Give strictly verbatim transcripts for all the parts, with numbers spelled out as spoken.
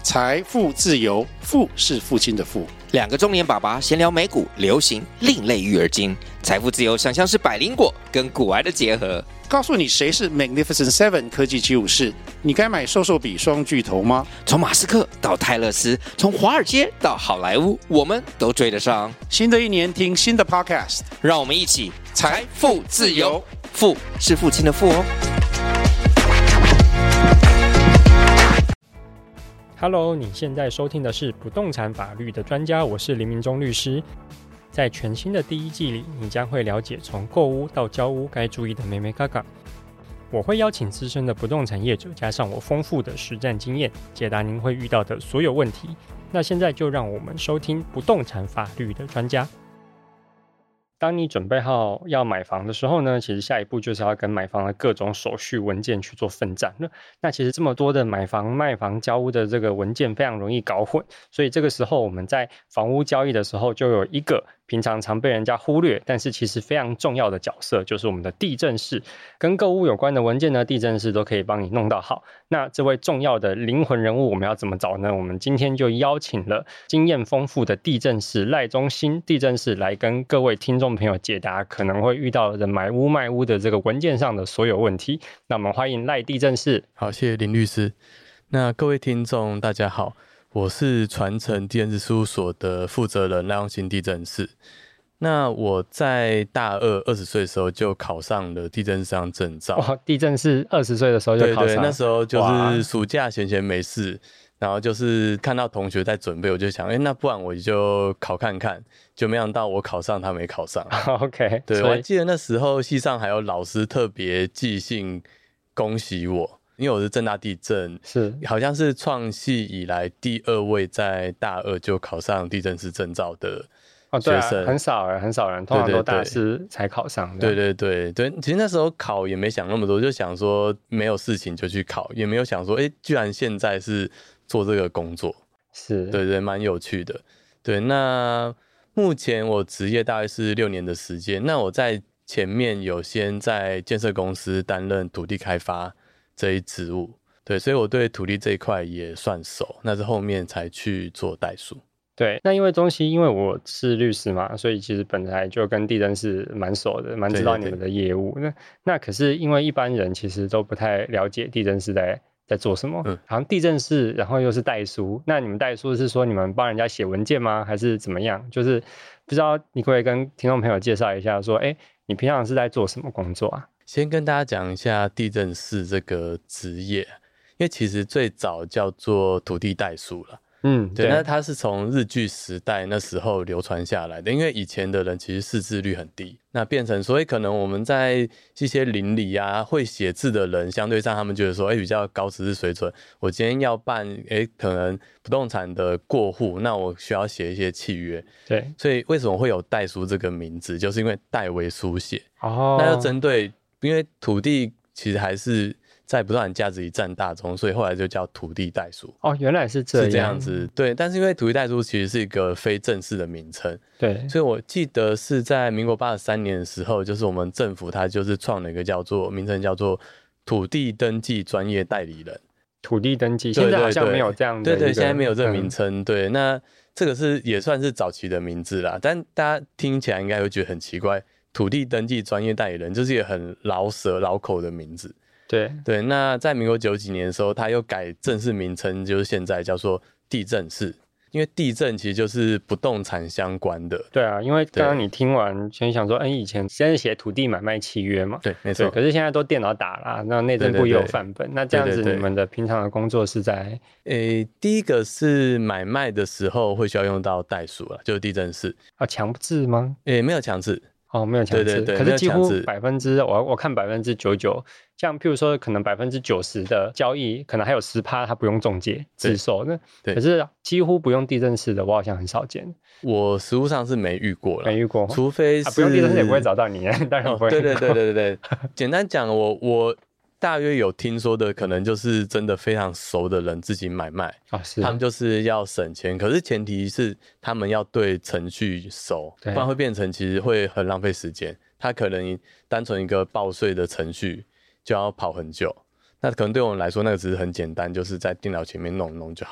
财富自由，富是父亲的富。 两个中年爸爸闲聊美股、流行、另类育儿经。财富自由想象是百灵果跟股癌的结合。 告诉你谁是 Magnificent Seven 科技七武士，你该买瘦瘦比双巨头吗？ 从马斯克到泰勒斯，从华尔街到好莱坞，我们都追得上。 新的一年听新的 Podcast， 让我们一起财富自由， 富是父亲的富哦。 Hello， 你现在收听的是不动产法律的专家，我是林明忠律师。在全新的第一季里，你将会了解从购屋到交屋该注意的眉眉角角。我会邀请资深的不动产业者，加上我丰富的实战经验，解答您会遇到的所有问题。那现在就让我们收听不动产法律的专家。当你准备好要买房的时候呢，其实下一步就是要跟买房的各种手续文件去做奋战。那那其实这么多的买房、卖房、交屋的这个文件非常容易搞混，所以这个时候我们在房屋交易的时候就有一个平常常被人家忽略，但是其实非常重要的角色，就是我们的地政士。跟购屋有关的文件呢，地政士都可以帮你弄到好。那这位重要的灵魂人物我们要怎么找呢？我们今天就邀请了经验丰富的地政士赖中兴地政士来跟各位听众朋友解答可能会遇到的买屋卖屋的这个文件上的所有问题。那我们欢迎赖地政士。 好，谢谢林律师。那各位听众大家好，我是传承地政士事务所的负责人赖中兴地政士。那我在大二二十岁的时候就考上了地政士证照。 哇，地政士二十岁的时候就考上？ 对对，那时候就是暑假闲闲没事，然后就是看到同学在准备，我就想，哎，那不然我就考看看。就没想到我考上，他没考上。 OK， 对，我还记得那时候系上还有老师特别寄信恭喜我。因为我是政大地政， 是好像是创系以来第二位在大二就考上地政士证照的学生。 哦，对啊，很少人，很少人，通常都大四才考上。 对对对对，其实那时候考也没想那么多，就想说没有事情就去考，也没有想说，哎，居然现在是做这个工作， 是， 对对，蛮有趣的。对，那目前我职业大概是六年的时间，那我在前面有先在建设公司担任土地开发这一职务，对，所以我对土地这一块也算熟，那是后面才去做代书。 对，那因为中西，因为我是律师嘛，所以其实本来就跟地政士蛮熟的，蛮知道你们的业务。对对对，那那可是因为一般人其实都不太了解地政士在在做什么，嗯，好像地政士，然后又是代书。那你们代书是说你们帮人家写文件吗？还是怎么样？就是不知道你可不可以跟听众朋友介绍一下，说，哎，你平常是在做什么工作啊？ 先跟大家讲一下地政士这个职业，因为其实最早叫做土地代书了。嗯，对，那它是从日据时代那时候流传下来的，因为以前的人其实识字率很低，那变成所以可能我们在一些邻里啊会写字的人，相对上他们觉得说，哎，比较高识字水准，我今天要办哎可能不动产的过户，那我需要写一些契约， 对， 所以为什么会有代书这个名字，就是因为代为书写， 哦， 那就针对，因为土地其实还是在不动产价值一占大宗，所以后来就叫土地代书。 哦，原来是这样， 是这样子，对。但是因为土地代书其实是一个非正式的名称， 对， 所以我记得是在民国八十三年的时候，就是我们政府它就是创了一个叫做名称叫做土地登记专业代理人。 土地登记，现在好像没有这样的， 对 对, 对，现在没有这个名称、嗯。对，那这个是也算是早期的名字啦，但大家听起来应该会觉得很奇怪，土地登记专业代理人就是一个很老舌老口的名字。 对对，那在民国九几年的时候，他又改正式名称，就是现在叫做地政士，因为地政其实就是不动产相关的。 对啊，因为刚刚你听完，先想说，哎，以前现在写土地买卖契约嘛， 对，没错。 可是现在都电脑打啦，那内政部也有范本。对对对，那这样子，你们的平常的工作是在？ 诶，第一个是买卖的时候会需要用到代书了，就是地政士。 啊，强制吗？ 诶，没有强制。 哦，没有强制， 对对对， 可是几乎百分之我我看百分之九九，像譬如说可能百分之九十的交易，可能还有十趴它不用中介自售，那可是几乎不用地政士的，我好像很少见。 我实务上是没遇过了， 没遇过， 除非是、 啊、不用地政士也不会找到你，当然不会。 哦、对对对对对对，简单讲，我我。大约有听说的，可能就是真的非常熟的人自己买卖啊，是他们就是要省钱，可是前提是他们要对程序熟，不然会变成其实会很浪费时间。他可能单纯一个报税的程序就要跑很久，那可能对我们来说，那个只是很简单，就是在电脑前面弄弄就好。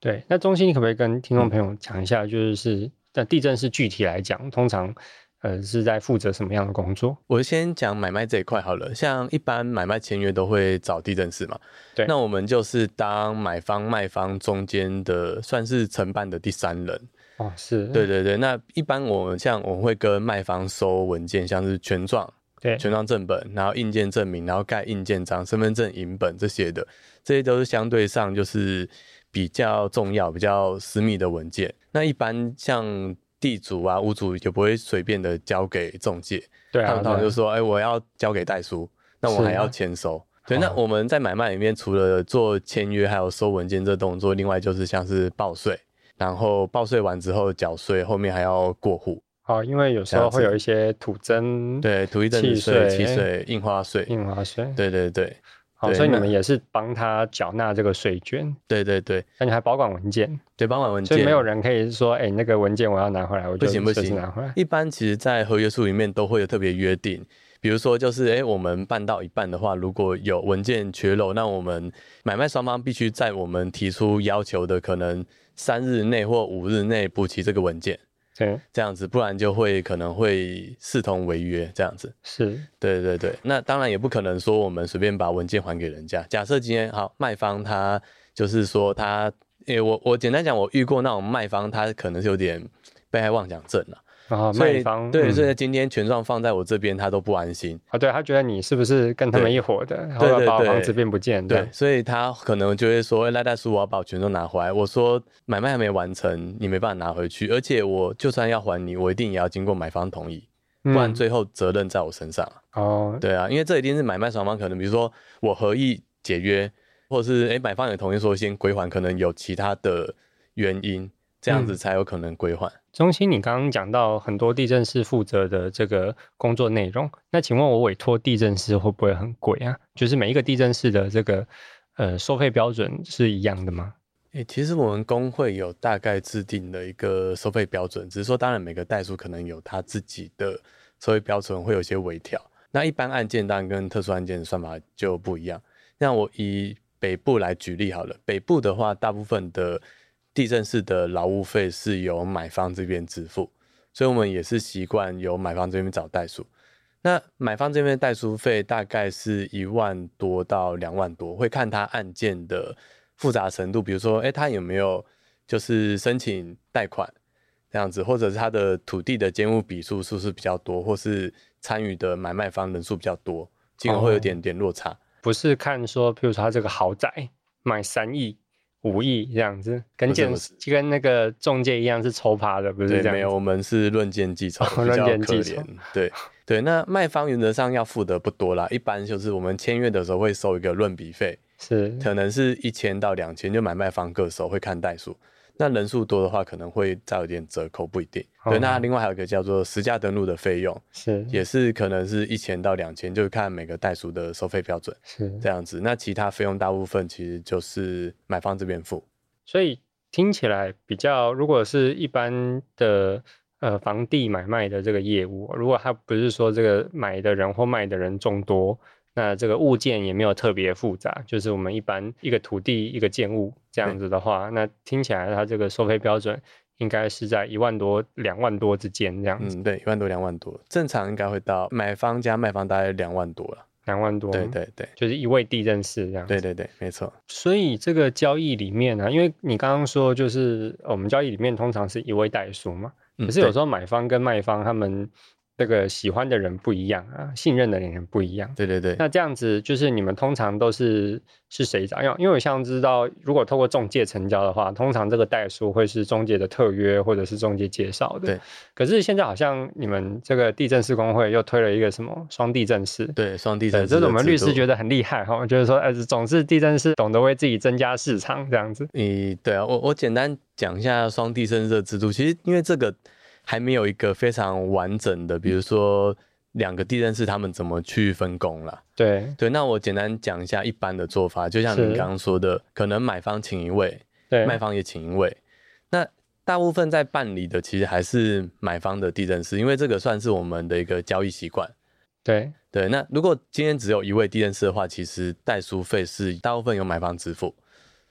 对，那中心你可不可以跟听众朋友讲一下，就是在地政士具体来讲，通常呃是在负责什么样的工作？ 我先讲买卖这一块好了，像一般买卖签约都会找地政士嘛， 对， 那我们就是当买方卖方中间的算是承办的第三人。 哦，是， 对对对，那一般我们像我们会跟卖方收文件，像是权状。 对， 权状正本，然后印鉴证明，然后盖印鉴章、身份证影本这些的，这些都是相对上就是比较重要、比较私密的文件。那一般像地主啊、屋主也不会随便的交给仲介， 对啊， 他们通常就说：“哎、欸，我要交给代书，那我还要签收。啊”对，那我们在买卖里面除了做签约，还有收文件这动作，另外就是像是报税，然后报税完之后缴税，后面还要过户。 哦，因为有时候会有一些土增， 对，土地增值税、契税、印花税、 印花税， 对对对。 好，所以你们也是帮他缴纳这个税捐。 对对对， 那你还保管文件？ 对，保管文件， 所以没有人可以说，哎、欸，那个文件我要拿回来，我就不行不行拿回来。 一般其实，在合约书里面都会有特别约定，比如说就是，哎、欸，我们办到一半的话，如果有文件缺漏，那我们买卖双方必须在我们提出要求的可能三日内或五日内补齐这个文件。 对， 这样子，不然就会可能会视同违约这样子。 是， 对对对。那当然也不可能说我们随便把文件还给人家。假设今天好，卖方他就是说他，诶、欸，我我简单讲，我遇过那种卖方，他可能是有点被害妄想症了。 啊，卖方对， 嗯、 所以今天权状放在我这边，他都不安心啊。对，他觉得你是不是跟他们一伙的，然后要把房子变不见？ 对，所以他可能就会说：“哎、欸，赖大叔，我要把我权状拿回来。”我说：“买卖还没完成，你没办法拿回去，而且我就算要还你，我一定也要经过买方同意，不然最后责任在我身上。嗯”哦，对啊，因为这一定是买卖双方可能，比如说我合意解约，或者是哎、欸、买方也同意说先归还，可能有其他的原因，这样子才有可能归还。嗯中心，你刚刚讲到很多地政士负责的这个工作内容，那请问我委托地政士会不会很贵啊？就是每一个地政士的这个呃收费标准是一样的吗？ 欸、其实我们工会有大概制定的一个收费标准，只是说当然每个代书可能有他自己的收费标准，会有一些微调。那一般案件当然跟特殊案件的算法就不一样。那我以北部来举例好了，北部的话，大部分的地政士的劳务费是由买方这边支付，所以我们也是习惯由买方这边找代书。那买方这边的代书费大概是一万多到两万多，会看他案件的复杂程度，比如说，哎，他有没有就是申请贷款这样子，或者是他的土地的建物笔数是不是比较多，或是参与的买卖方人数比较多，金额会有点点落差。哦， 不是看说，譬如说他这个豪宅卖三亿。五亿这样子，跟建跟那个中介一样是抽趴的，不是这样子？ 对，没有，我们是论件计酬，比较可怜。对对，那卖方原则上要付的不多啦，一般就是我们签约的时候会收一个论笔费， 是可能是一千到两千，就买卖方各收，会看代数。那人数多的话，可能会再有点折扣，不一定。对，那另外还有一个叫做实价登录的费用， 是也是可能是一千到两千，就是看每个代书的收费标准， 是这样子。那其他费用大部分其实就是买方这边付。 所以听起来比较，如果是一般的呃房地买卖的这个业务，如果它不是说这个买的人或卖的人众多，那这个物件也没有特别复杂，就是我们一般一个土地一个建物这样子的话，那听起来它这个收费标准应该是在一万多两万多之间这样子。 嗯，对，一万多两万多，正常应该会到买方加卖方大概两万多了。 两万多， 对对对， 就是一位地政士这样子。 对对对，没错。 所以这个交易里面呢、啊，因为你刚刚说就是我们交易里面通常是一位代书嘛， 嗯、 可是有时候买方跟卖方他们这个喜欢的人不一样啊，信任的人不一样。 对对对。 那这样子就是你们通常都是是谁找？因为因为我像知道，如果透过仲介成交的话，通常这个代书会是仲介的特约或者是仲介介绍的。 对。 可是现在好像你们这个地政士公会又推了一个什么双地政士？ 对，双地政士。 这是我们律师觉得很厉害哈，我觉得说，呃，总是地政士懂得为自己增加市场这样子。 嗯，对啊，我我简单讲一下双地政士的制度。其实因为这个还没有一个非常完整的，比如说两个地政士他们怎么去分工啦。 对对，那我简单讲一下一般的做法，就像你刚刚说的，可能买方请一位， 对， 卖方也请一位。那大部分在办理的其实还是买方的地政士，因为这个算是我们的一个交易习惯。 对对，那如果今天只有一位地政士的话，其实代书费是大部分由买方支付。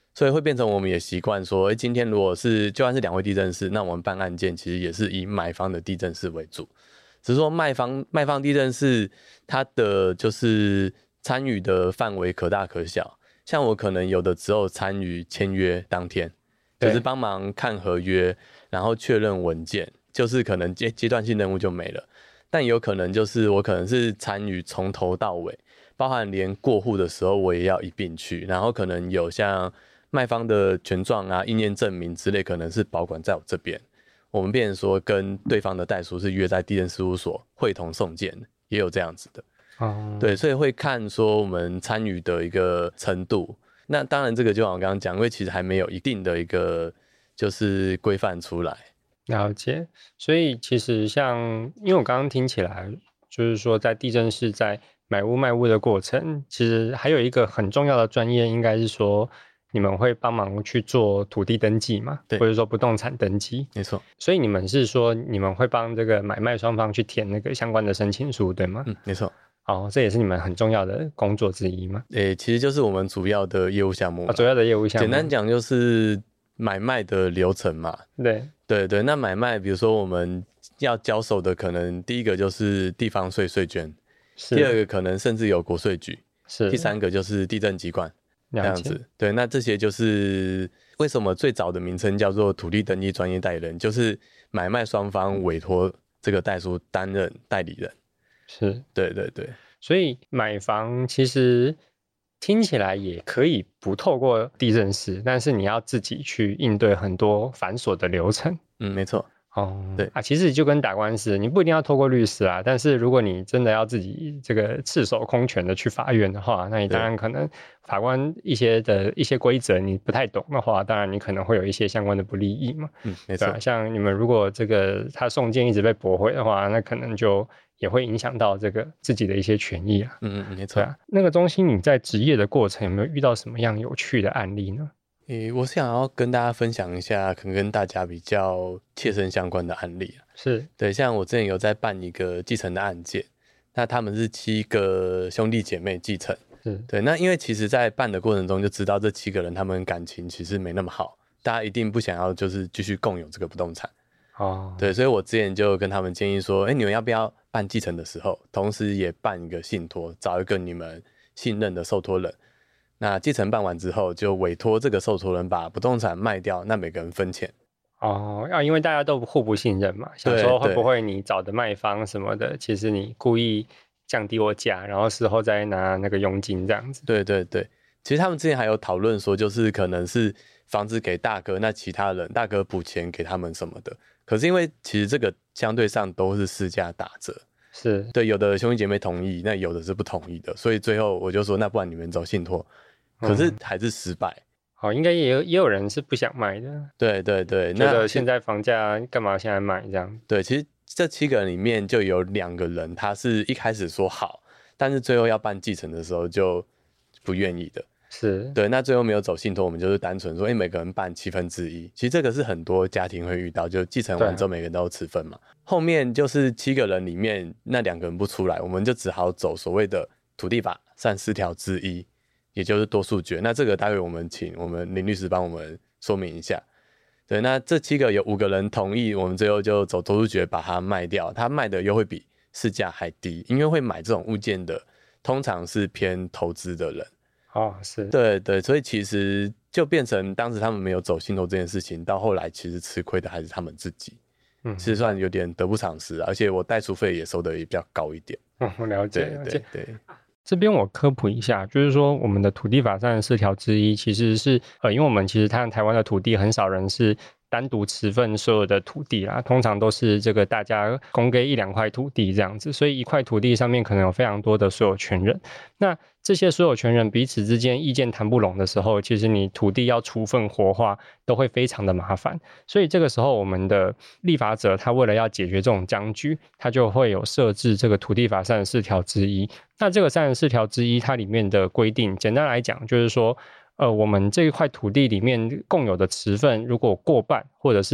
所以会变成我们也习惯说，哎，今天如果是就算是两位地政士，那我们办案件其实也是以买方的地政士为主，只是说卖方卖方地政士他的就是参与的范围可大可小，像我可能有的只有参与签约当天，就是帮忙看合约，然后确认文件，就是可能阶阶段性任务就没了。但有可能就是我可能是参与从头到尾，包含连过户的时候我也要一并去，然后可能有像卖方的权状啊、应验证明之类，可能是保管在我这边。我们变成说跟对方的代书是约在地政事务所会同送件，也有这样子的。哦，对，所以会看说我们参与的一个程度。那当然这个就像我刚刚讲，因为其实还没有一定的一个就是规范出来。 了解，所以其实像，因为我刚刚听起来，就是说在地政士在买屋卖屋的过程，其实还有一个很重要的专业，应该是说你们会帮忙去做土地登记嘛，或者说不动产登记。 没错。 所以你们是说你们会帮这个买卖双方去填那个相关的申请书，对吗？ 嗯，没错。 哦，这也是你们很重要的工作之一吗？ 诶、欸，其实就是我们主要的业务项目、哦。 主要的业务项目。 简单讲就是买卖的流程嘛。 对。 对对，那买卖比如说我们要交手的，可能第一个就是地方税税捐，第二个可能甚至有国税局， 是， 第三个就是地政机关这样子。对，那这些就是为什么最早的名称叫做土地登记专业代理人，就是买卖双方委托这个代书担任代理人。 是， 对对对。 所以买房其实听起来也可以不透过地政士，但是你要自己去应对很多繁琐的流程。 嗯，没错。 哦， 对啊，其实就跟打官司，你不一定要透过律师啊，但是如果你真的要自己这个赤手空拳的去法院的话，那你当然可能法官一些的一些规则你不太懂的话，当然你可能会有一些相关的不利益嘛。 嗯，没错。 对啊，像你们如果这个他送件一直被驳回的话，那可能就也会影响到这个自己的一些权益啊。 嗯嗯，没错。 对啊，那个中心你在职业的过程有没有遇到什么样有趣的案例呢？ 诶，我想要跟大家分享一下，可能跟大家比较切身相关的案例啊。 是， 对，像我之前有在办一个继承的案件，那他们是七个兄弟姐妹继承。 是， 对，那因为其实在办的过程中就知道这七个人他们感情其实没那么好，大家一定不想要就是继续共有这个不动产。 哦， 对，所以我之前就跟他们建议说，哎，你们要不要办继承的时候，同时也办一个信托，找一个你们信任的受托人。那继承办完之后，就委托这个受托人把不动产卖掉，那每个人分钱。 哦，要因为大家都互不信任嘛，想说会不会你找的卖方什么的，其实你故意降低我价，然后事后再拿那个佣金这样子。 对对对，其实他们之前还有讨论说，就是可能是房子给大哥，那其他人大哥补钱给他们什么的。可是因为其实这个相对上都是市价打折。 是， 对，有的兄弟姐妹同意，那有的是不同意的，所以最后我就说，那不然你们走信托。可是还是失败。 好、嗯哦，应该也有也有人是不想卖的。 对对对， 觉得现在房价干嘛现在买这样？ 对，其实这七个人里面就有两个人，他是一开始说好，但是最后要办继承的时候就不愿意的。 是， 对，那最后没有走信托，我们就是单纯说，哎，每个人办七分之一。其实这个是很多家庭会遇到，就继承完之后每个人都持分嘛。后面就是七个人里面那两个人不出来，我们就只好走所谓的土地法三十四条之一。也就是多数决，那这个待会我们请我们林律师帮我们说明一下。对，那这七个有五个人同意，我们最后就走多数决把它卖掉，它卖的又会比市价还低，因为会买这种物件的通常是偏投资的人。 哦，是， 对对，所以其实就变成当时他们没有走信托这件事情，到后来其实吃亏的还是他们自己。嗯，其实算有点得不偿失，而且我代书费也收的也比较高一点。 嗯，我了解，了解， 对对。 这边我科普一下，就是说我们的土地法三十四条之一其实是呃，因为我们其实看台湾的土地很少人是单独持份所有的土地啦，通常都是这个大家公给一两块土地这样子，所以一块土地上面可能有非常多的所有权人。那这些所有权人彼此之间意见谈不拢的时候，其实你土地要处分活化都会非常的麻烦。所以这个时候我们的立法者他为了要解决这种僵局，他就会有设置这个土地法三十四条之一。那这个三十四条之一它里面的规定，简单来讲就是说呃，我们这一块土地里面共有的持份如果过半或者是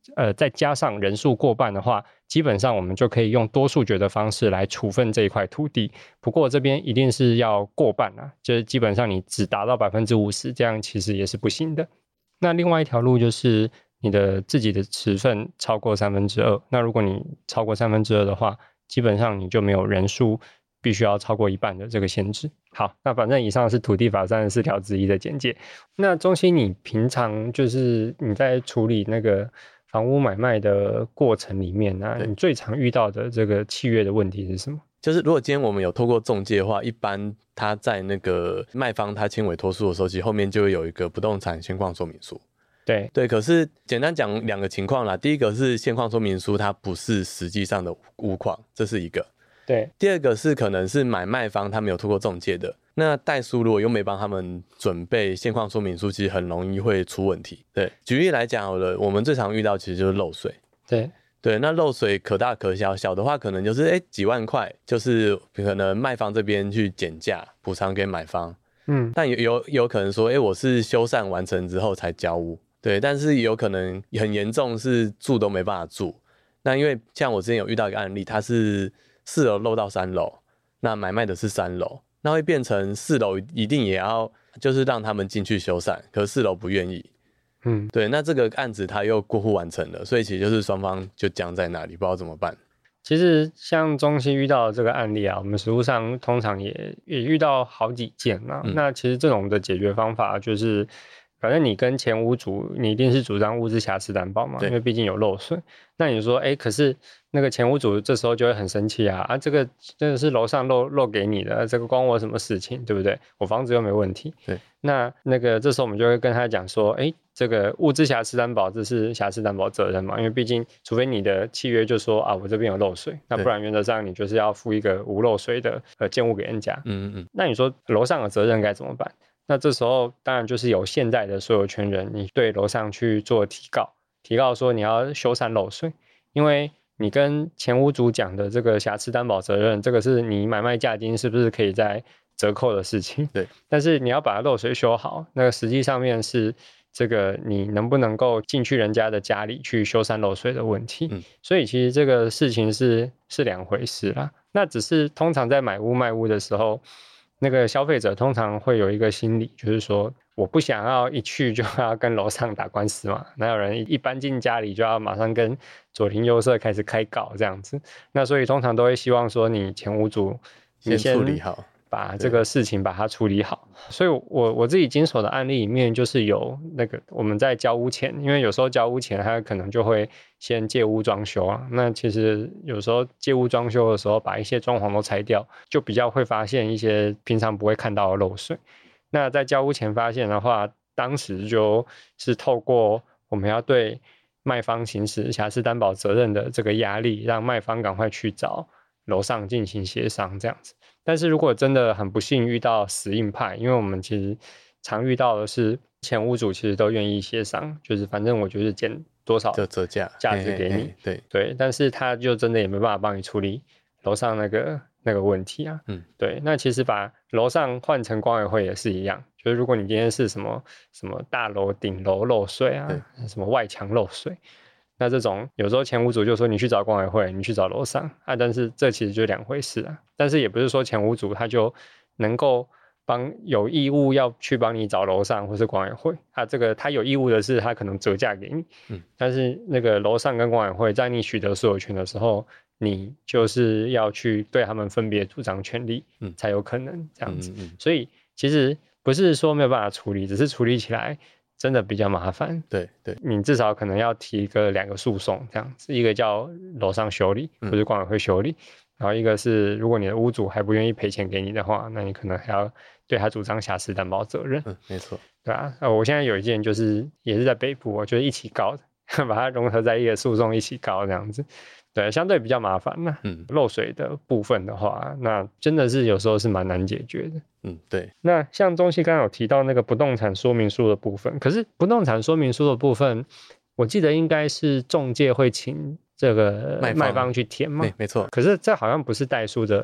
呃再加上人数过半的话，基本上我们就可以用多数决的方式来处分这一块土地。不过这边一定是要过半啊，就是基本上你只达到百分之五十，这样其实也是不行的。那另外一条路就是你的自己的持份超过三分之二，那如果你超过三分之二的话，基本上你就没有人数必须要超过一半的这个限制。好，那反正以上是土地法三十四条之一的简介。那中心你平常就是你在处理那个房屋买卖的过程里面啊，你最常遇到的这个契约的问题是什么？ 就是如果今天我们有透过仲介的话，一般他在那个卖方他签委托书的时候，其实后面就会有一个不动产现况说明书。 对对，可是简单讲两个情况啦，第一个是现况说明书它不是实际上的屋况，这是一个。 对， 第二个是可能是买卖方他没有透过仲介的，那代书如果又没帮他们准备现况说明书，其实很容易会出问题。对，举例来讲好了，我们最常遇到其实就是漏水。 对对，那漏水可大可小，小的话可能就是哎几万块，就是可能卖方这边去减价补偿给买方。嗯，但有有有可能说，哎，我是修缮完成之后才交屋。对，但是有可能很严重，是住都没办法住。那因为像我之前有遇到一个案例，它是四楼漏到三楼，那买卖的是三楼，那会变成四楼一定也要就是让他们进去修缮，可是四楼不愿意。嗯，对，那这个案子他又过户完成了，所以其实就是双方就僵在那里，不知道怎么办。 其实像中西遇到的这个案例啊，我们实务上通常也也遇到好几件啊、嗯。那其实这种的解决方法就是。反正你跟前屋主，你一定是主张物质瑕疵担保嘛，因为毕竟有漏水。那你说，哎，可是那个前屋主这时候就会很生气啊，啊，这个真的是楼上漏漏给你的，这个关我什么事情，对不对？我房子又没问题。 对。 那那个这时候我们就会跟他讲说，哎，这个物质瑕疵担保这是瑕疵担保责任嘛，因为毕竟除非你的契约就说啊，我这边有漏水，那不然原则上你就是要付一个无漏水的呃建物给人家。嗯嗯。那你说楼上的责任该怎么办？那这时候当然就是由现在的所有权人，你对楼上去做提告，提告说你要修缮漏水，因为你跟前屋主讲的这个瑕疵担保责任，这个是你买卖价金是不是可以再折扣的事情。 对， 但是你要把漏水修好，那个实际上面是这个你能不能够进去人家的家里去修缮漏水的问题。嗯，所以其实这个事情是是两回事啦。那只是通常在买屋卖屋的时候，那个消费者通常会有一个心理，就是说我不想要一去就要跟楼上打官司嘛，哪有人一搬进家里就要马上跟左邻右舍开始开告这样子。那所以通常都会希望说你前屋主你先处理好， 把这个事情把它处理好。所以我我自己经手的案例里面就是有那个我们在交屋前，因为有时候交屋前他可能就会先借屋装修啊，那其实有时候借屋装修的时候把一些装潢都拆掉，就比较会发现一些平常不会看到的漏水。那在交屋前发现的话，当时就是透过我们要对卖方行使瑕疵担保责任的这个压力，让卖方赶快去找楼上进行协商这样子。但是如果真的很不幸遇到死硬派，因为我们其实常遇到的是前屋主其实都愿意协商，就是反正我就是减多少折价价值给你，嘿嘿嘿对对，但是他就真的也没办法帮你处理楼上那个那个问题啊。嗯，对，那其实把楼上换成管委会也是一样，就是如果你今天是什么什么大楼顶楼漏水啊，什么外墙漏水。那这种有时候前屋主就说你去找管委会，你去找楼上啊，但是这其实就两回事啊。但是也不是说前屋主他就能够帮有义务要去帮你找楼上或是管委会啊，这个他有义务的是他可能折价给你，嗯，但是那个楼上跟管委会在你取得所有权的时候，你就是要去对他们分别主张权利，嗯，才有可能这样子。嗯嗯嗯，所以其实不是说没有办法处理，只是处理起来真的比较麻烦。 对对， 你至少可能要提个两个诉讼这样子，一个叫楼上修理或者管委会修理，嗯，然后一个是如果你的屋主还不愿意赔钱给你的话，那你可能还要对他主张瑕疵担保责任。 嗯，没错， 对啊。呃，我现在有一件就是也是在北部，我就是一起告的，把它融合在一个诉讼一起告这样子。对，相对比较麻烦啦。嗯，漏水的部分的话，那真的是有时候是蛮难解决的。 嗯，对。 那像中西刚刚有提到那个不动产说明书的部分，可是不动产说明书的部分，我记得应该是仲介会请这个卖方去填嘛。 没错。 可是这好像不是代书的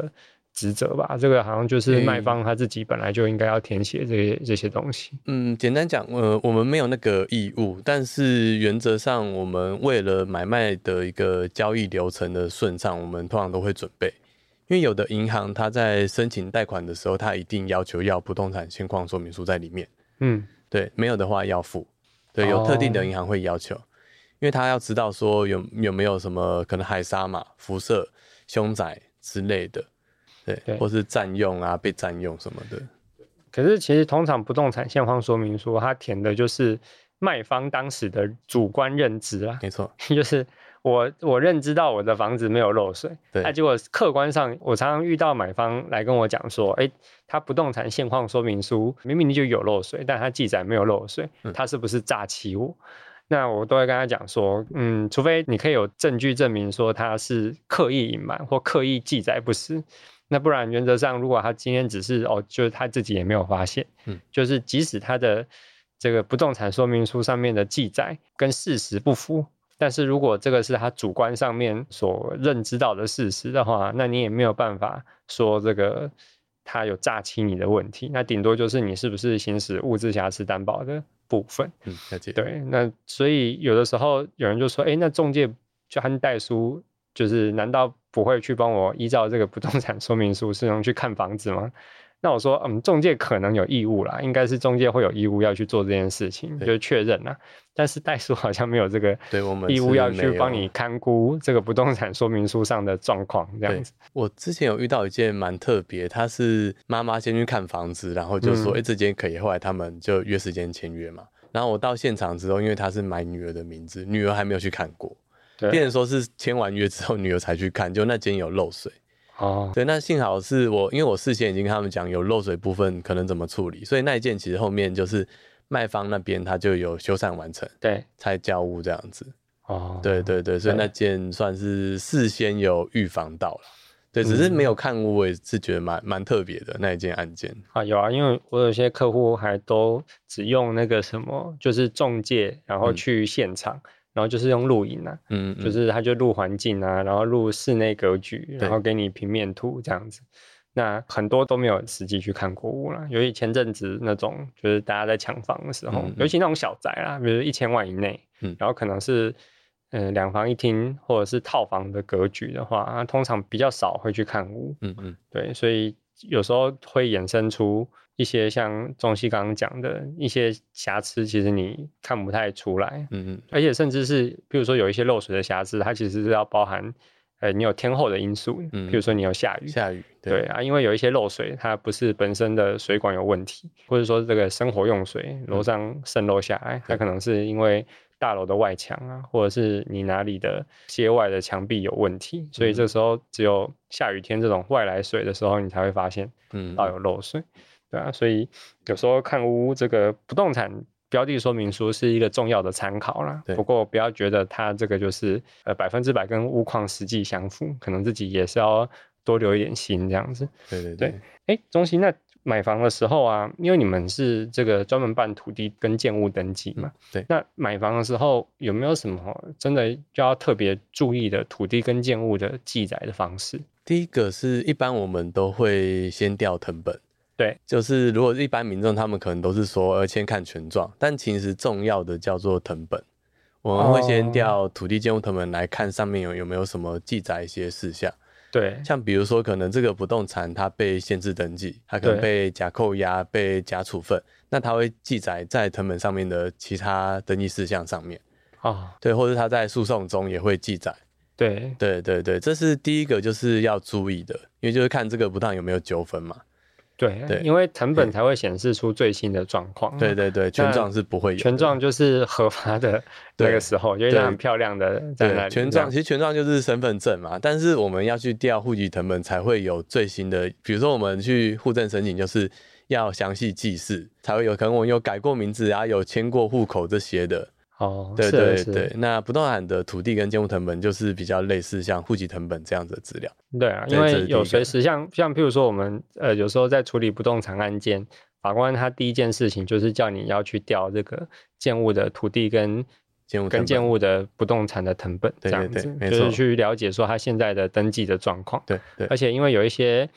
职责吧？这个好像就是卖方他自己本来就应该要填写这些这些东西。 嗯，简单讲，呃，我们没有那个义务，但是原则上，我们为了买卖的一个交易流程的顺畅，我们通常都会准备。因为有的银行它在申请贷款的时候，它一定要求要不动产现况说明书在里面。嗯，对，没有的话要附。对，有特定的银行会要求，哦、因为他要知道说有有没有什么可能海沙嘛、辐射、凶宅之类的。对，对，或是占用啊，被占用什么的。 可是其实通常不动产现况说明书，它填的就是卖方当时的主观认知啊。 没错， 就是我我认知到我的房子没有漏水，对，那、啊、结果客观上，我常常遇到买方来跟我讲说，哎，他不动产现况说明书明明就有漏水，但他记载没有漏水，他是不是诈欺我？嗯，那我都会跟他讲说，嗯，除非你可以有证据证明说他是刻意隐瞒或刻意记载不实。那不然原则上，如果他今天只是哦，就是他自己也没有发现，嗯，就是即使他的这个不动产说明书上面的记载跟事实不符，但是如果这个是他主观上面所认知到的事实的话，那你也没有办法说这个他有诈欺你的问题，那顶多就是你是不是行使物质瑕疵担保的部分。 嗯，了解。 对，那所以有的时候有人就说，哎，那仲介就和代书。就是难道不会去帮我依照这个不动产说明书适用去看房子吗？那我说，嗯，仲介可能有义务啦，应该是仲介会有义务要去做这件事情，就是确认啦。但是代书好像没有这个义务要去帮你看估这个不动产说明书上的状况，这样子。 我之前有遇到一件蛮特别，他是妈妈先去看房子，然后就说，哎、嗯，这间可以，后来他们就约时间签约嘛。然后我到现场之后，因为他是买女儿的名字，女儿还没有去看过。变成说是签完约之后女儿才去看，就那间有漏水。哦，对，那幸好是我，因为我事先已经跟他们讲有漏水部分可能怎么处理，所以那一件其实后面就是卖方那边他就有修缮完成，对，才交屋这样子。哦，对对对，所以那件算是事先有预防到了。对，只是没有看屋，我也是觉得蛮蛮特别的那一件案件啊。有啊，因为我有些客户还都只用那个什么，就是仲介，然后去现场。嗯，然后就是用录影啊，嗯，嗯，就是他就录环境啊，然后录室内格局，然后给你平面图这样子。那很多都没有实际去看过屋啦，尤其前阵子那种就是大家在抢房的时候，嗯嗯，尤其那种小宅啦，比如一千万以内，嗯，然后可能是呃两房一厅或者是套房的格局的话，啊，通常比较少会去看屋，嗯嗯，对，所以有时候会衍生出一些像仲熙刚刚讲的一些瑕疵，其实你看不太出来，嗯嗯，而且甚至是比如说有一些漏水的瑕疵，它其实是要包含，呃，你有天候的因素，嗯，比如说你有下雨， 下雨， 对，对啊，因为有一些漏水，它不是本身的水管有问题，或者说这个生活用水楼上渗漏下来，嗯，它可能是因为大楼的外墙啊，或者是你哪里的街外的墙壁有问题，所以这时候只有下雨天这种外来水的时候，你才会发现，嗯，到有漏水。对啊，所以有时候看屋这个不动产标的说明书是一个重要的参考啦。不过不要觉得它这个就是呃百分之百跟屋况实际相符，可能自己也是要多留一点心这样子。 对对对。 哎，中熙，那买房的时候啊，因为你们是这个专门办土地跟建物登记嘛，嗯，对。那买房的时候有没有什么真的就要特别注意的土地跟建物的记载的方式？ 第一个是一般我们都会先调誊本。 对， 就是如果一般民众他们可能都是说呃先看权状，但其实重要的叫做誊本，我们会先调土地建物誊本来看上面有有没有什么记载一些事项。对，像比如说可能这个不动产它被限制登记，它可能被假扣押、被假处分，那它会记载在誊本上面的其他登记事项上面。哦，对，或者它在诉讼中也会记载。对，对对对，这是第一个就是要注意的，因为就是看这个不动产有没有纠纷嘛。 对，对，因为誊本才会显示出最新的状况。 对对对，权状是不会有的。 权状就是合法的那个时候，有一张很漂亮的在那里。 权状其实权状就是身份证嘛，但是我们要去调户籍誊本才会有最新的。比如说我们去户政申请，就是要详细记事，才会有可能我们有改过名字啊，有迁过户口这些的。哦，对对对，那不动产的土地跟建物誊本就是比较类似像户籍誊本这样子的资料。 对啊，因为有随时像像譬如说我们呃有时候在处理不动产案件，法官他第一件事情就是叫你要去调这个建物的土地跟建物跟建物的不动产的誊本，这样子，对对对，就是去了解说他现在的登记的状况。对对，而且因为有一些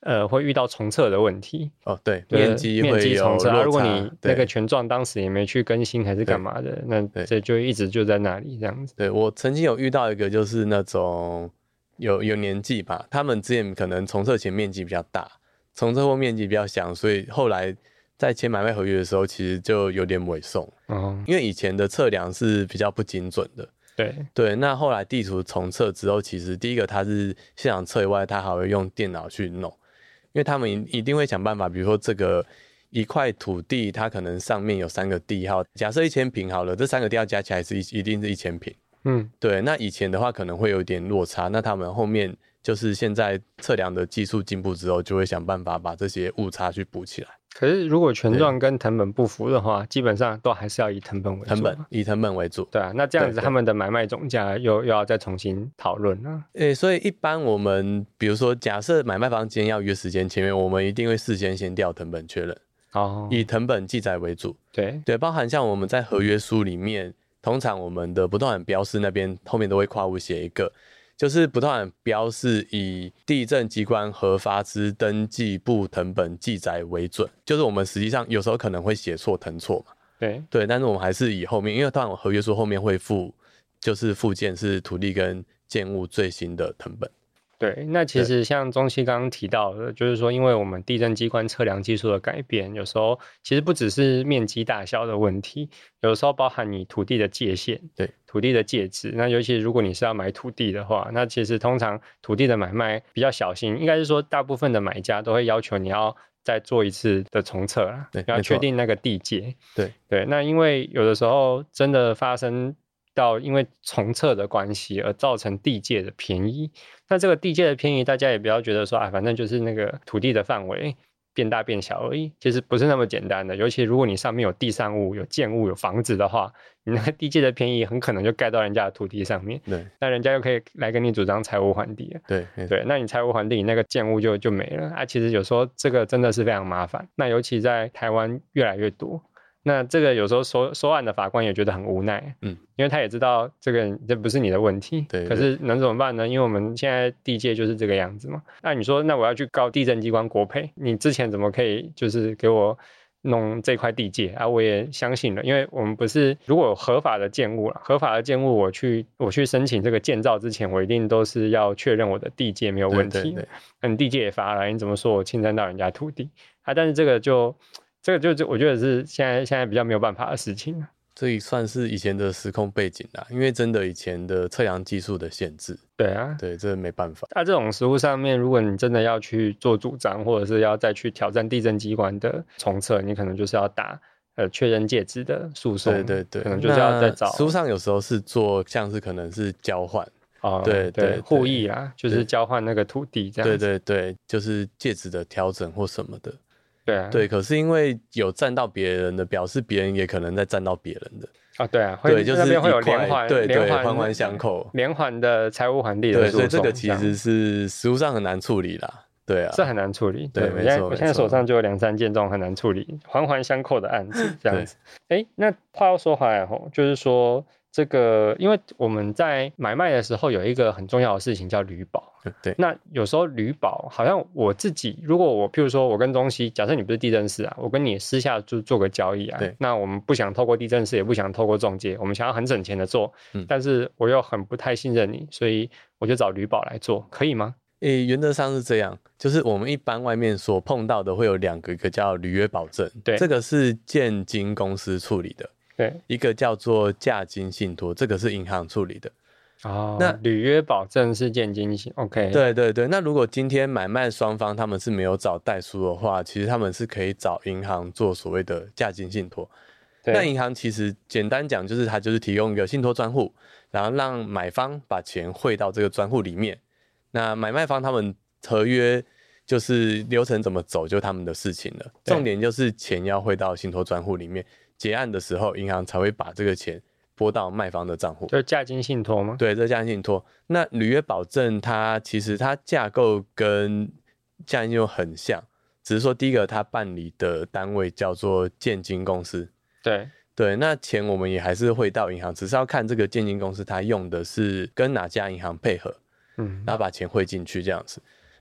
呃会遇到重测的问题。 哦，对，面积会有重测、 落差、 啊、如果你那个权状当时也没去更新还是干嘛的，那这就一直就在那里这样子。 对，我曾经有遇到一个就是那种有有年纪吧，他们之前可能重测前面积比较大，重测后面积比较小，所以后来在签买卖合约的时候其实就有点委送、哦、因为以前的测量是比较不精准的。 对对，那后来地图重测之后，其实第一个它是现场测以外，它还会用电脑去弄，因为他们一定会想办法，比如说这个一块土地，它可能上面有三个地号，假设一千坪好了，这三个地号加起来是一一定是一千坪。嗯，对，那以前的话可能会有一点落差，那他们后面就是现在测量的技术进步之后，就会想办法把这些误差去补起来。 可是如果权状跟誊本不符的话，基本上都还是要以誊本为主。 誊本以誊本为主。 对啊，那这样子他们的买卖总价又又要再重新讨论了。 诶，所以一般我们比如说假设买卖方今天要约时间签约，我们一定会事先先调誊本确认。哦，以誊本记载为主。 对对，包含像我们在合约书里面，通常我们的不动产标示那边后面都会括弧写一个。就是不动产标示以地政机关核发之登记簿誊本记载为准，就是我们实际上有时候可能会写错誊错嘛， 对对，但是我们还是以后面，因为当然我合约书后面会附，就是附件是土地跟建物最新的誊本。 对，那其实像中期刚刚提到的，就是说因为我们地政机关测量技术的改变，有时候其实不只是面积大小的问题，有时候包含你土地的界限， 对， 土地的界址。那尤其如果你是要买土地的话，那其实通常土地的买卖比较小心，应该是说大部分的买家都会要求你要再做一次的重测啦， 对， 要确定那个地界。 对对，那因为有的时候真的发生到因为重测的关系而造成地界的偏移，那这个地界的偏移大家也不要觉得说啊，反正就是那个土地的范围变大变小而已，其实不是那么简单的。尤其如果你上面有地上物、有建物、有房子的话，你那个地界的偏移很可能就盖到人家的土地上面， 对， 那人家又可以来跟你主张财务还地了。 对对，那你财务还地，你那个建物就就没了啊。其实有时候这个真的是非常麻烦，那尤其在台湾越来越多。那这个有时候收收案的法官也觉得很无奈，嗯，因为他也知道这个这不是你的问题， 对， 可是能怎么办呢？因为我们现在地界就是这个样子嘛。那你说，那我要去告地政机关国赔，你之前怎么可以就是给我弄这块地界啊？我也相信了，因为我们不是如果有合法的建物了，合法的建物我去我去申请这个建造之前，我一定都是要确认我的地界没有问题。对对对，那你地界也发了，你怎么说我侵占到人家土地啊？但是这个就。这个就我觉得是现在现在比较没有办法的事情。 这也算是以前的时空背景啦，因为真的以前的测量技术的限制。 对啊， 对，这没办法。 那、啊、这种实务上面，如果你真的要去做主张，或者是要再去挑战地政机关的重测，你可能就是要打呃确认界址的诉讼。 对对对， 可能就是要再找。 实务上有时候是做像是可能是交换。 哦， 对 对, 对， 互益啦，就是交换那个土地这样子。 对对对，就是界址的调整或什么的。 对啊， 对，可是因为有占到别人的，表示别人也可能在占到别人的啊、哦，对啊， 对，就是那边会有连环， 对对， 环环相扣， 连环的财务还地的对，所以这个其实是实务上很难处理啦，对啊， 是很难处理， 对， 对， 没错， 我现在手上就有两三件这种很难处理、环环相扣的案子，这样子。哎，那话又说回来吼，就是说。这个，因为我们在买卖的时候有一个很重要的事情叫履保。 对。 那有时候履保，好像我自己，如果我譬如说我跟中西，假设你不是地政士啊，我跟你私下就做个交易啊， 对。 那我们不想透过地政士，也不想透过中介，我们想要很省钱的做，嗯，但是我又很不太信任你，所以我就找履保来做，可以吗？ 诶，原则上是这样，就是我们一般外面所碰到的会有两个，一个叫履约保证， 对， 这个是建金公司处理的。 对， 一个叫做价金信托，这个是银行处理的。 哦，那履约保证是建金信 ，OK。 对对对，那如果今天买卖双方他们是没有找代书的话，其实他们是可以找银行做所谓的价金信托。那银行其实简单讲就是它就是提供一个信托专户，然后让买方把钱汇到这个专户里面。那买卖方他们合约就是流程怎么走就他们的事情了，重点就是钱要汇到信托专户里面。结案的时候，银行才会把这个钱拨到卖方的账户， 就是价金信托吗？ 对，这价金信托。那履约保证它其实它架构跟价金信托很像，只是说第一个它办理的单位叫做建金公司。 对对，那钱我们也还是汇到银行，只是要看这个建金公司它用的是跟哪家银行配合，嗯，然后把钱汇进去这样子。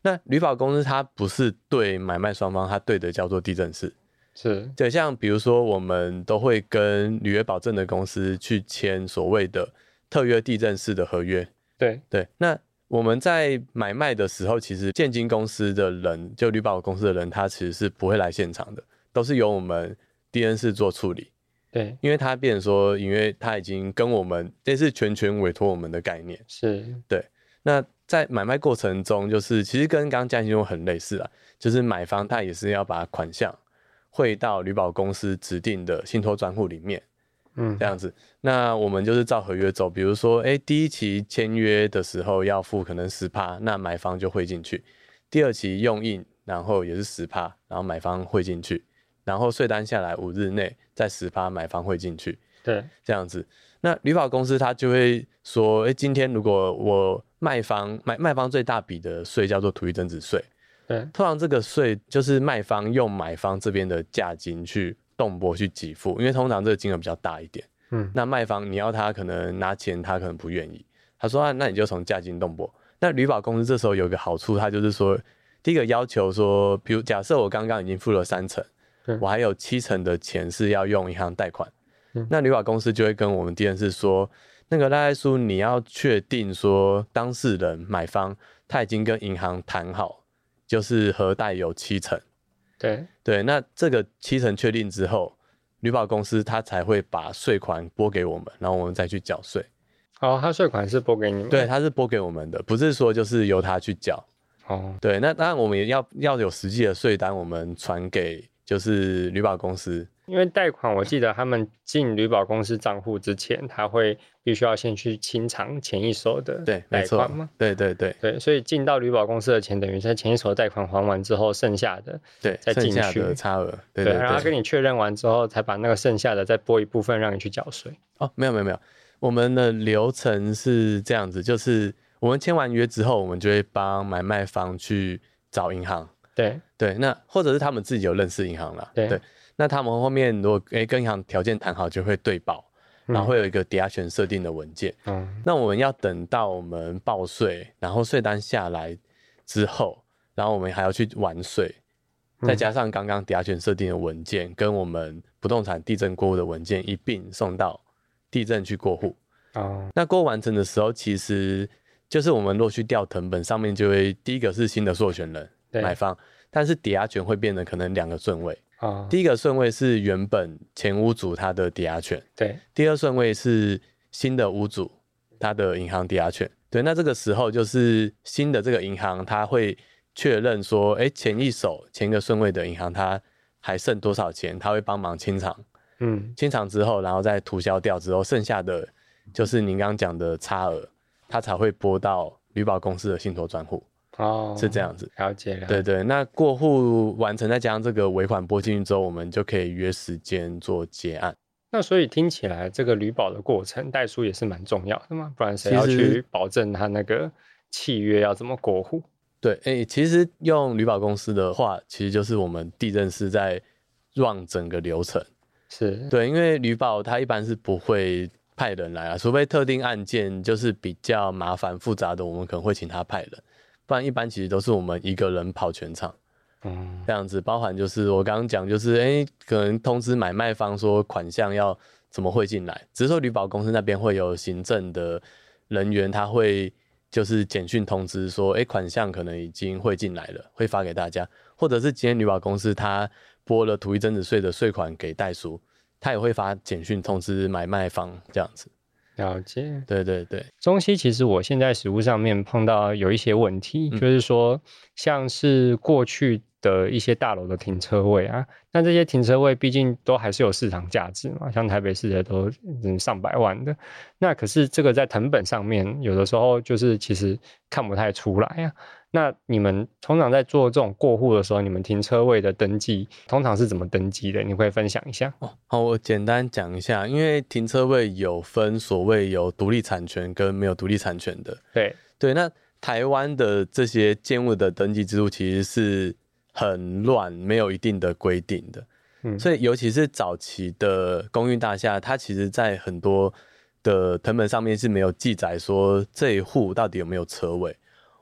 那旅保公司它不是对买卖双方，它对的叫做地政士。 是， 对，像比如说我们都会跟履约保证的公司去签所谓的特约地政士的合约。 对对，那我们在买卖的时候，其实建金公司的人，就旅保公司的人，他其实是不会来现场的，都是由我们地政士做处理。 对， 因为他变成说，因为他已经跟我们这是全权委托我们的概念。 是， 对。那在买卖过程中，就是其实跟刚刚嘉信很类似啦，就是买方他也是要把款项汇到旅保公司指定的信托专户里面，嗯，这样子。那我们就是照合约走，比如说，哎，第一期签约的时候要付可能 百分之十， 那买方就汇进去。第二期用印，然后也是 百分之十， 然后买方汇进去。然后税单下来五日内再 百分之十 买方汇进去。 对， 这样子。那旅保公司他就会说，哎，今天如果我卖方卖卖方最大笔的税叫做土地增值税。 对， 通常这个税就是卖方用买方这边的价金去动拨去给付，因为通常这个金额比较大一点。嗯，那卖方你要他可能拿钱，他可能不愿意。他说啊，那你就从价金动拨。那旅保公司这时候有一个好处，他就是说，第一个要求说，比如假设我刚刚已经付了三成，我还有七成的钱是要用银行贷款。嗯，那旅保公司就会跟我们地政士说，那个赖赖书你要确定说当事人买方他已经跟银行谈好，就是核贷有七成。 对对，那这个七成确定之后，旅保公司他才会把税款拨给我们，然后我们再去缴税。 哦，他税款是拨给你们？ 对，他是拨给我们的，不是说就是由他去缴。哦，对，那当然我们也要要有实际的税单，我们传给就是旅保公司。 因为贷款，我记得他们进旅保公司账户之前，他会必须要先去清偿前一手的贷款嘛？ 对对对对，所以进到旅保公司的钱，等于在前一手贷款还完之后，剩下的对再进去剩下的差额，对对对， 然后他跟你确认完之后，才把那个剩下的再拨一部分让你去缴税。 哦，没有没有没有，我们的流程是这样子，就是我们签完约之后，我们就会帮买卖方去找银行。 对对，那或者是他们自己有认识银行啦。 对。 对，那他们后面如果诶跟银行条件谈好，就会对保，然后会有一个抵押权设定的文件。嗯。那我们要等到我们报税，然后税单下来之后，然后我们还要去完税，再加上刚刚抵押权设定的文件，跟我们不动产地政过户的文件一并送到地政去过户。哦。那过户完成的时候，其实就是我们若去调誊本，上面就会第一个是新的授权人。买方，但是抵押权会变得可能两个顺位。哦，第一个顺位是原本前屋主他的抵押权， 对。 第二顺位是新的屋主他的银行抵押权，对。那这个时候就是新的这个银行他会确认说，哎，前一手前一个顺位的银行他还剩多少钱，他会帮忙清偿。嗯，清偿之后，然后再涂销掉之后，剩下的就是您刚刚讲的差额，他才会拨到旅保公司的信托专户。哦，是这样子， 了解了。 对对，那过户完成，再加上这个尾款拨进去之后，我们就可以约时间做结案。 那所以听起来，这个旅保的过程，代书也是蛮重要的嘛，不然谁要去保证他那个契约要怎么过户？ 对，哎、欸，其实用旅保公司的话，其实就是我们地政士在 run 整个流程。 是对，因为旅保它一般是不会派人来啊，除非特定案件就是比较麻烦复杂的，我们可能会请他派人。不然一般其实都是我们一个人跑全场，嗯，这样子，包含就是我刚刚讲，就是哎、欸，可能通知买卖方说款项要怎么汇进来，只是说旅保公司那边会有行政的人员，他会就是简讯通知说，哎、欸，款项可能已经汇进来了，会发给大家，或者是今天旅保公司他拨了土地增值税的税款给代书，他也会发简讯通知买卖方这样子。 了解， 对对对， 中西其实我现在实务上面碰到有一些问题，嗯、就是说像是过去的一些大楼的停车位啊，那这些停车位毕竟都还是有市场价值嘛，像台北市的都嗯上百万的，那可是这个在誊本上面有的时候就是其实看不太出来啊。那你们通常在做这种过户的时候，你们停车位的登记通常是怎么登记的？你可以分享一下？ 哦，好，我简单讲一下，因为停车位有分所谓有独立产权跟没有独立产权的。 对对，那台湾的这些建物的登记制度其实是很乱，没有一定的规定的。嗯，所以尤其是早期的公寓大厦，它其实在很多的誊本上面是没有记载说这一户到底有没有车位。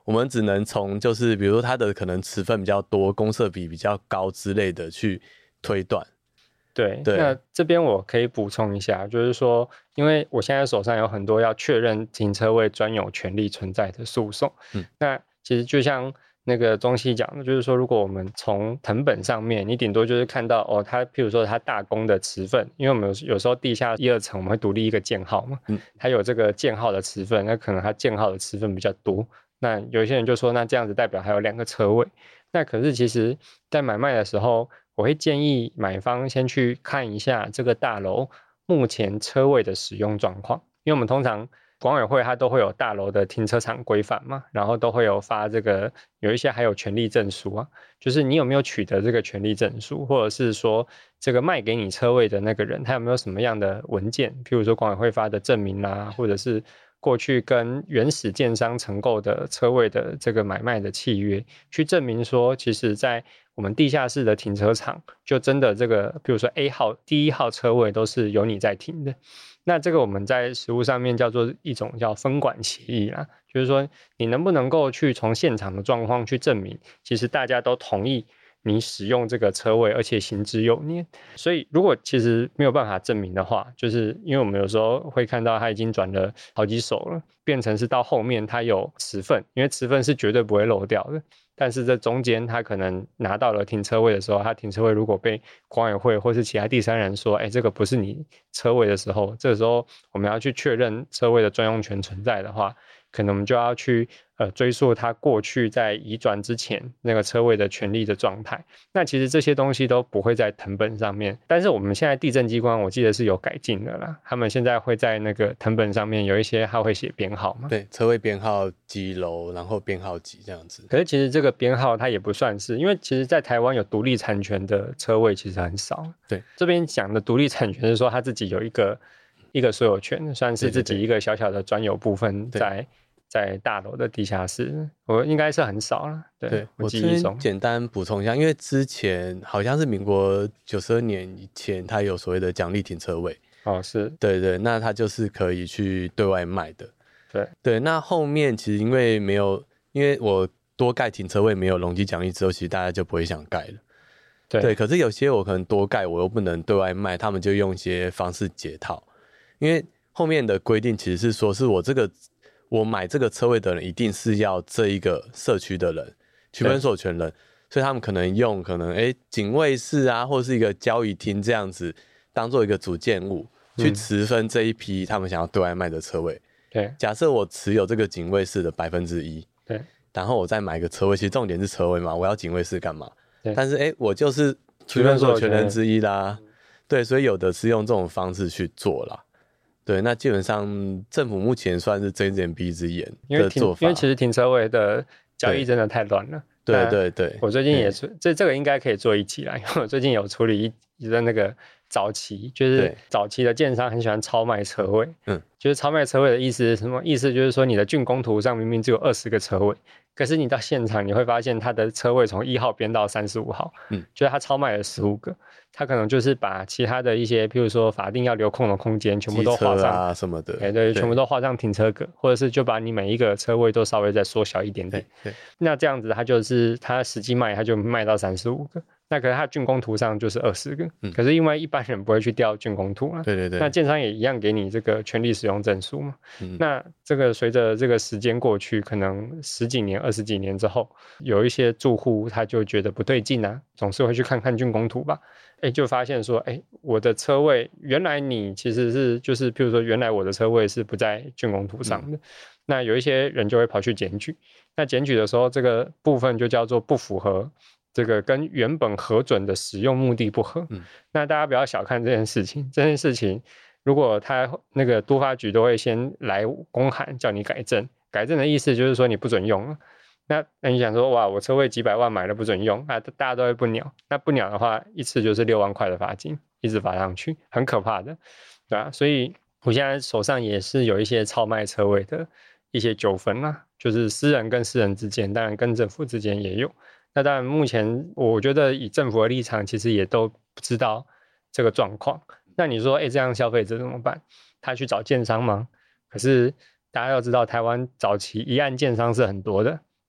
我们只能从就是比如说它的可能持分比较多，公设比比较高之类的去推断。 对，对，那这边我可以补充一下，就是说，因为我现在手上有很多要确认停车位专有权利存在的诉讼，嗯，那其实就像那个中西讲的，就是说，如果我们从誊本上面，你顶多就是看到哦，它譬如说它大公的持份，因为我们 有, 有时候地下一二层我们会独立一个建号嘛，嗯，它有这个建号的持份，那可能它建号的持份比较多，那有些人就说，那这样子代表还有两个车位，那可是其实在买卖的时候，我会建议买方先去看一下这个大楼目前车位的使用状况，因为我们通常管委会它都会有大楼的停车场规范嘛，然后都会有发这个，有一些还有权利证书啊，就是你有没有取得这个权利证书，或者是说这个卖给你车位的那个人他有没有什么样的文件，譬如说管委会发的证明啦，或者是过去跟原始建商承购的车位的这个买卖的契约，去证明说其实在我们地下室的停车场就真的这个比如说 A 号第一号车位都是由你在停的，那这个我们在实务上面叫做一种叫分管协议啦，就是说你能不能够去从现场的状况去证明其实大家都同意你使用这个车位而且行之有年，所以如果其实没有办法证明的话，就是因为我们有时候会看到他已经转了好几手了，变成是到后面他有持份，因为持份是绝对不会漏掉的，但是这中间他可能拿到了停车位的时候，他停车位如果被管委会或是其他第三人说哎，这个不是你车位的时候，这个时候我们要去确认车位的专用权存在的话，可能我们就要去呃追溯他过去在移转之前那个车位的权利的状态，那其实这些东西都不会在誊本上面，但是我们现在地政机关我记得是有改进的啦，他们现在会在那个誊本上面有一些他会写编号嘛， 对，车位编号几楼然后编号几这样子， 可是其实这个编号它也不算是，因为其实在台湾有独立产权的车位其实很少， 对，这边讲的独立产权是说他自己有一个一个所有权，算是自己一个小小的专有部分在在大楼的地下室，我应该是很少了。对， 对我记忆中。 我简单补充一下，因为之前好像是民国九十二年以前，它有所谓的奖励停车位。 哦，是， 对对，那它就是可以去对外卖的。 对对，那后面其实因为没有，因为我多盖停车位没有容积奖励之后，其实大家就不会想盖了。 对, 对，可是有些我可能多盖，我又不能对外卖，他们就用一些方式解套。因为后面的规定其实是说，是我这个我买这个车位的人，一定是要这一个社区的人，区分所有权人，所以他们可能用可能哎警卫室啊，或是一个交易厅这样子，当做一个主建物，去持分这一批他们想要对外卖的车位。 对， 假设我持有这个警卫室的百分之一， 对， 然后我再买一个车位，其实重点是车位嘛，我要警卫室干嘛？但是哎，我就是区分所有权人之一啦，对，所以有的是用这种方式去做啦。对，那基本上政府目前算是睁一只眼闭一只眼的做法， 因为其实停车位的交易真的太乱了。 对对对， 我最近也是，这这个应该可以做一期啦，因为我最近有处理一一个那个早期，就是早期的建商很喜欢超卖车位，嗯，就是超卖车位的意思是什么？意思就是说你的竣工图上明明只有二十个车位，可是你到现场你会发现他的车位从一号编到三十五号，嗯，就是他超卖了十五个。他可能就是把其他的一些譬如说法定要留空的空间全部都画上啊什么的， 对对，全部都画上停车格，或者是就把你每一个车位都稍微再缩小一点点， 对对， 那这样子他就是他实际卖他就卖到三十五个，那可是他竣工图上就是二十个，嗯，可是因为一般人不会去调竣工图啊， 对对对， 那建商也一样给你这个权利使用证书嘛，嗯，那这个随着这个时间过去，可能十几年二十几年之后，有一些住户他就觉得不对劲啊，总是会去看看竣工图吧，哎，就发现说，哎，我的车位原来你其实是就是，譬如说原来我的车位是不在竣工图上的，嗯，那有一些人就会跑去检举，那检举的时候，这个部分就叫做不符合这个跟原本核准的使用目的不合。嗯，那大家不要小看这件事情，这件事情如果他那个都发局都会先来公函叫你改正，改正的意思就是说你不准用了。那那你想说，哇，我车位几百万买了不准用，那大家都会不鸟，那不鸟的话，一次就是六万块的罚金，一直罚上去，很可怕的，对吧？所以我现在手上也是有一些超卖车位的一些纠纷啦，就是私人跟私人之间，当然跟政府之间也有。那当然目前我觉得以政府的立场，其实也都不知道这个状况。那你说，哎，这样消费者怎么办？他去找建商吗？可是大家要知道，台湾早期一案建商是很多的。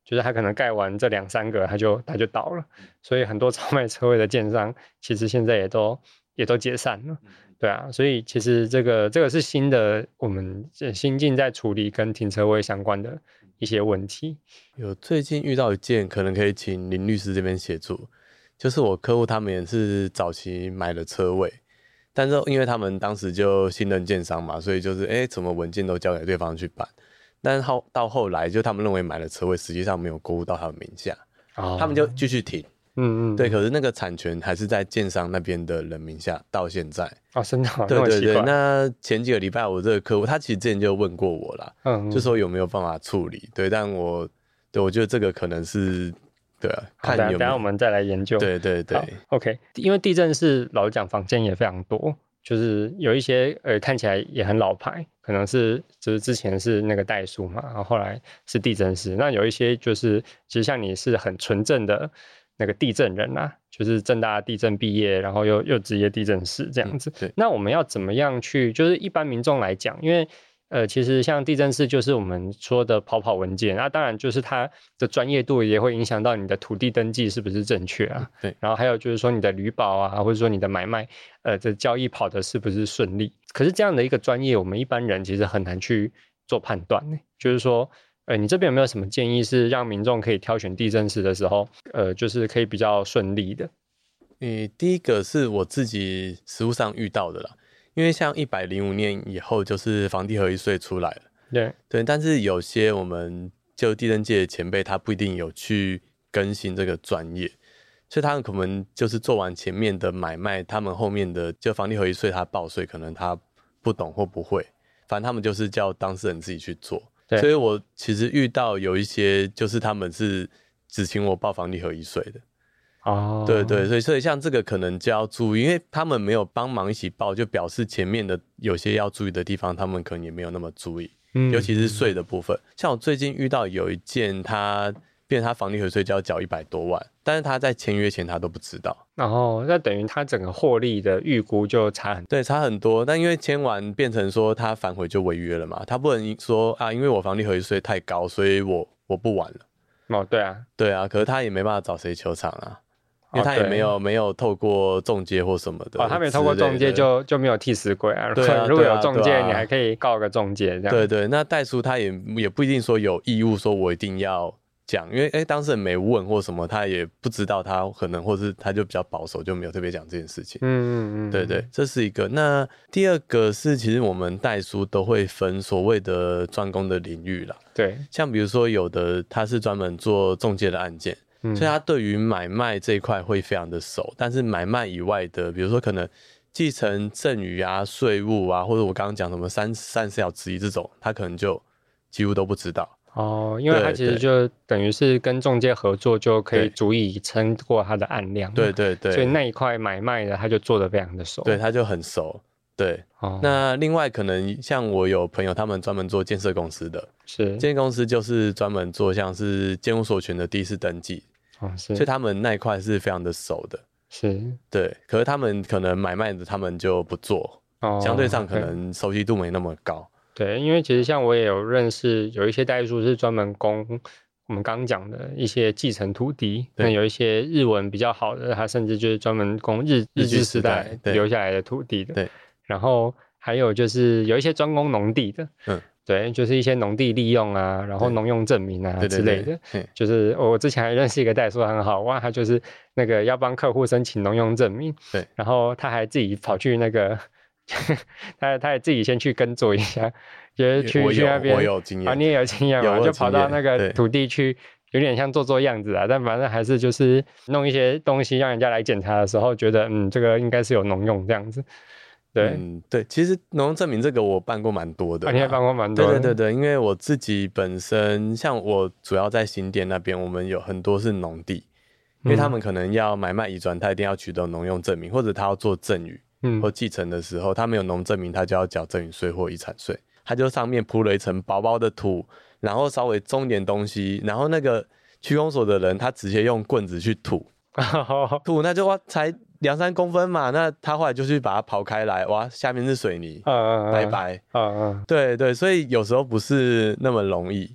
就是他可能盖完这两三个他就他就倒了，所以很多超卖车位的建商其实现在也都也都解散了。对啊，所以其实这个这个是新的，我们新近在处理跟停车位相关的一些问题。 有最近遇到一件，可能可以请林律师这边协助，就是我客户他们也是早期买了车位，但是因为他们当时就信任建商嘛，所以就是哎，什么文件都交给对方去办，但是后到后来就他们认为买了车位，实际上没有过户到他们名下，哦、他们就继续停。嗯嗯，对，可是那个产权还是在建商那边的人名下，到现在。 哦，真的， 对对对。那前几个礼拜，我这个客户他其实之前就问过我啦，嗯, 嗯，就说有没有办法处理。对，但我对我觉得这个可能是对啊，看有没有。 等一下我们再来研究。 对对对 ，OK， 因为地震是老实讲，房间也非常多，就是有一些呃看起来也很老牌，可能是就是之前是那个代书嘛，然后后来是地震师。那有一些就是其实像你是很纯正的。那个地震人啊，就是政大地震毕业，然后又又职业地震师这样子。嗯、对，那我们要怎么样去？就是一般民众来讲，因为呃，其实像地震师就是我们说的跑跑文件，那当然就是它的专业度也会影响到你的土地登记是不是正确啊？嗯、对。然后还有就是说你的履保啊，或者说你的买卖呃的交易跑的是不是顺利？可是这样的一个专业，我们一般人其实很难去做判断呢。就是说。呃，你这边有没有什么建议是让民众可以挑选地震师的时候，呃，就是可以比较顺利的？ 呃，第一个是我自己实务上遇到的啦，因为像一百零五年以后就是房地合一税出来了， 对对，但是有些我们就地震界的前辈他不一定有去更新这个专业，所以他们可能就是做完前面的买卖，他们后面的就房地合一税他报税可能他不懂或不会，反正他们就是叫当事人自己去做。所以我其实遇到有一些就是他们是只请我报房地合一税的哦，对对，所以所以像这个可能就要注意，因为他们没有帮忙一起报，就表示前面的有些要注意的地方，他们可能也没有那么注意，嗯，尤其是税的部分。像我最近遇到有一件，他变成他房地合一税就要缴一百多万，但是他在签约前他都不知道， 然后那等于他整个获利的预估就差很多， 对，差很多。但因为签完变成说他反悔就违约了嘛，他不能说啊，因为我房地合一税太高，所以我我不玩了。 哦，对啊， 对啊，可是他也没办法找谁求偿啊，因为他也没有、哦、没有透过仲介或什么的。 哦，他没透过仲介就就没有替死鬼啊。 对啊， 如果有仲介、啊啊，你还可以告个仲介这样。 对对，那代书他也也不一定说有义务说我一定要。讲，因为哎，当事人没问或什么，他也不知道，他可能或是他就比较保守，就没有特别讲这件事情。嗯嗯嗯，对对，这是一个。那第二个是，其实我们代书都会分所谓的专攻的领域啦。 对， 像比如说有的他是专门做仲介的案件，嗯、所以他对于买卖这一块会非常的熟，但是买卖以外的，比如说可能继承赠与啊、税务啊，或者我刚刚讲什么三三十条之一这种，他可能就几乎都不知道。 哦，因为他其实就等于是跟仲介合作就可以足以撑过他的案量， 对对对， 所以那一块买卖的他就做得非常的熟， 对，他就很熟，对。哦、那另外可能像我有朋友他们专门做建设公司的， 是建设公司就是专门做像是建物所权的第一次登记，哦，是，所以他们那一块是非常的熟的， 是， 对。可是他们可能买卖的他们就不做，哦、相对上可能熟悉度没那么高。 对，因为其实像我也有认识有一些代书是专门供我们刚刚讲的一些继承土地，那有一些日文比较好的，他甚至就是专门供日日治时代留下来的土地的。对，然后还有就是有一些专供农地的，嗯，对，就是一些农地利用啊，然后农用证明啊之类的。对对对，就是我之前还认识一个代书很好哇，他就是那个要帮客户申请农用证明，对，然后他还自己跑去那个。他他也自己先去耕作一下，就是去去那边， 我有经验啊，你也有经验嘛，就跑到那个土地去，有点像做做样子啊，但反正还是就是弄一些东西让人家来检查的时候，觉得嗯，这个应该是有农用这样子。对、嗯、 对，其实农用证明这个我办过蛮多的、 啊，你也办过蛮多的， 对对对对，因为我自己本身像我主要在新店那边，我们有很多是农地，因为他们可能要买卖移转，他一定要取得农用证明，或者他要做赠与。嗯，或继承的时候，他没有农证明，他就要缴赠与税或遗产税。他就上面铺了一层薄薄的土，然后稍微种点东西，然后那个区公所的人，他直接用棍子去吐，吐那就哇才两三公分嘛，那他后来就去把它刨开来，哇，下面是水泥，嗯嗯嗯拜拜，嗯嗯，对对，所以有时候不是那么容易。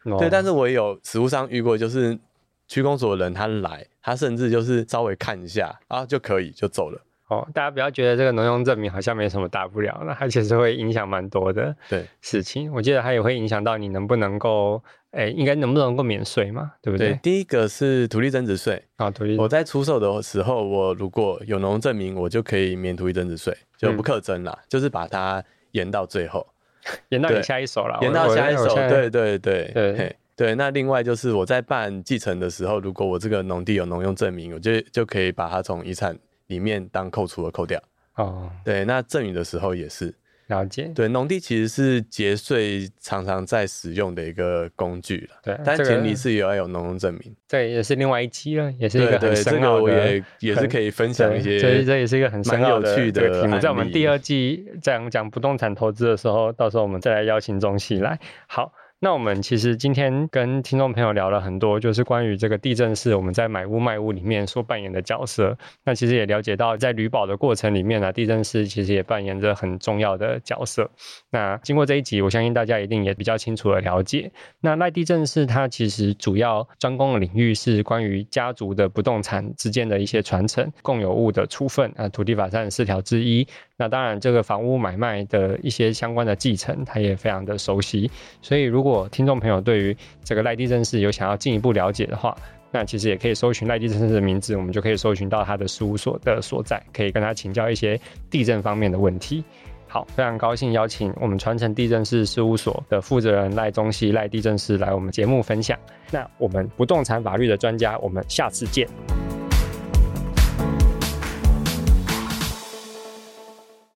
哦、对，但是我也有实务上遇过，就是区公所的人他来，他甚至就是稍微看一下啊就可以就走了。 哦，大家不要觉得这个农用证明好像没什么大不了，那它其实会影响蛮多的事情。我记得它也会影响到你能不能够，诶，应该能不能够免税嘛，对不对？ 对，第一个是土地增值税啊，土地。 我在出售的时候，我如果有农用证明，我就可以免土地增值税，就不课征啦、嗯，就是把它延到最后， 延到你下一手了， 延到下一手，对对对对。对对，那另外就是我在办继承的时候，如果我这个农地有农用证明，我就就可以把它从遗产里面当扣除的扣掉。哦，对，那赠与的时候也是。 了解。 对，农地其实是节税常常在使用的一个工具了。 对， 但前提是也要有农用证明。 这也是另外一期了，也是一个很深奥的。 对对，这个我也也是可以分享一些。 这这也是一个很深奥的蛮有趣的题目。在我们第二季讲讲不动产投资的时候，到时候我们再来邀请中西来。好。那我们其实今天跟听众朋友聊了很多，就是关于这个地政士我们在买屋卖屋里面所扮演的角色。那其实也了解到，在履保的过程里面呢、啊，地政士其实也扮演着很重要的角色。那经过这一集，我相信大家一定也比较清楚的了解。那赖地政士它其实主要专攻的领域是关于家族的不动产之间的一些传承、共有物的处分啊，土地法三十四条之一。那当然，这个房屋买卖的一些相关的继承，他也非常的熟悉。所以，如果听众朋友对于这个赖地政士有想要进一步了解的话，那其实也可以搜寻赖地政士的名字，我们就可以搜寻到他的事务所的所在，可以跟他请教一些地政方面的问题。好，非常高兴邀请我们传承地政士事务所的负责人赖宗熙赖地政士来我们节目分享。那我们不动产法律的专家，我们下次见。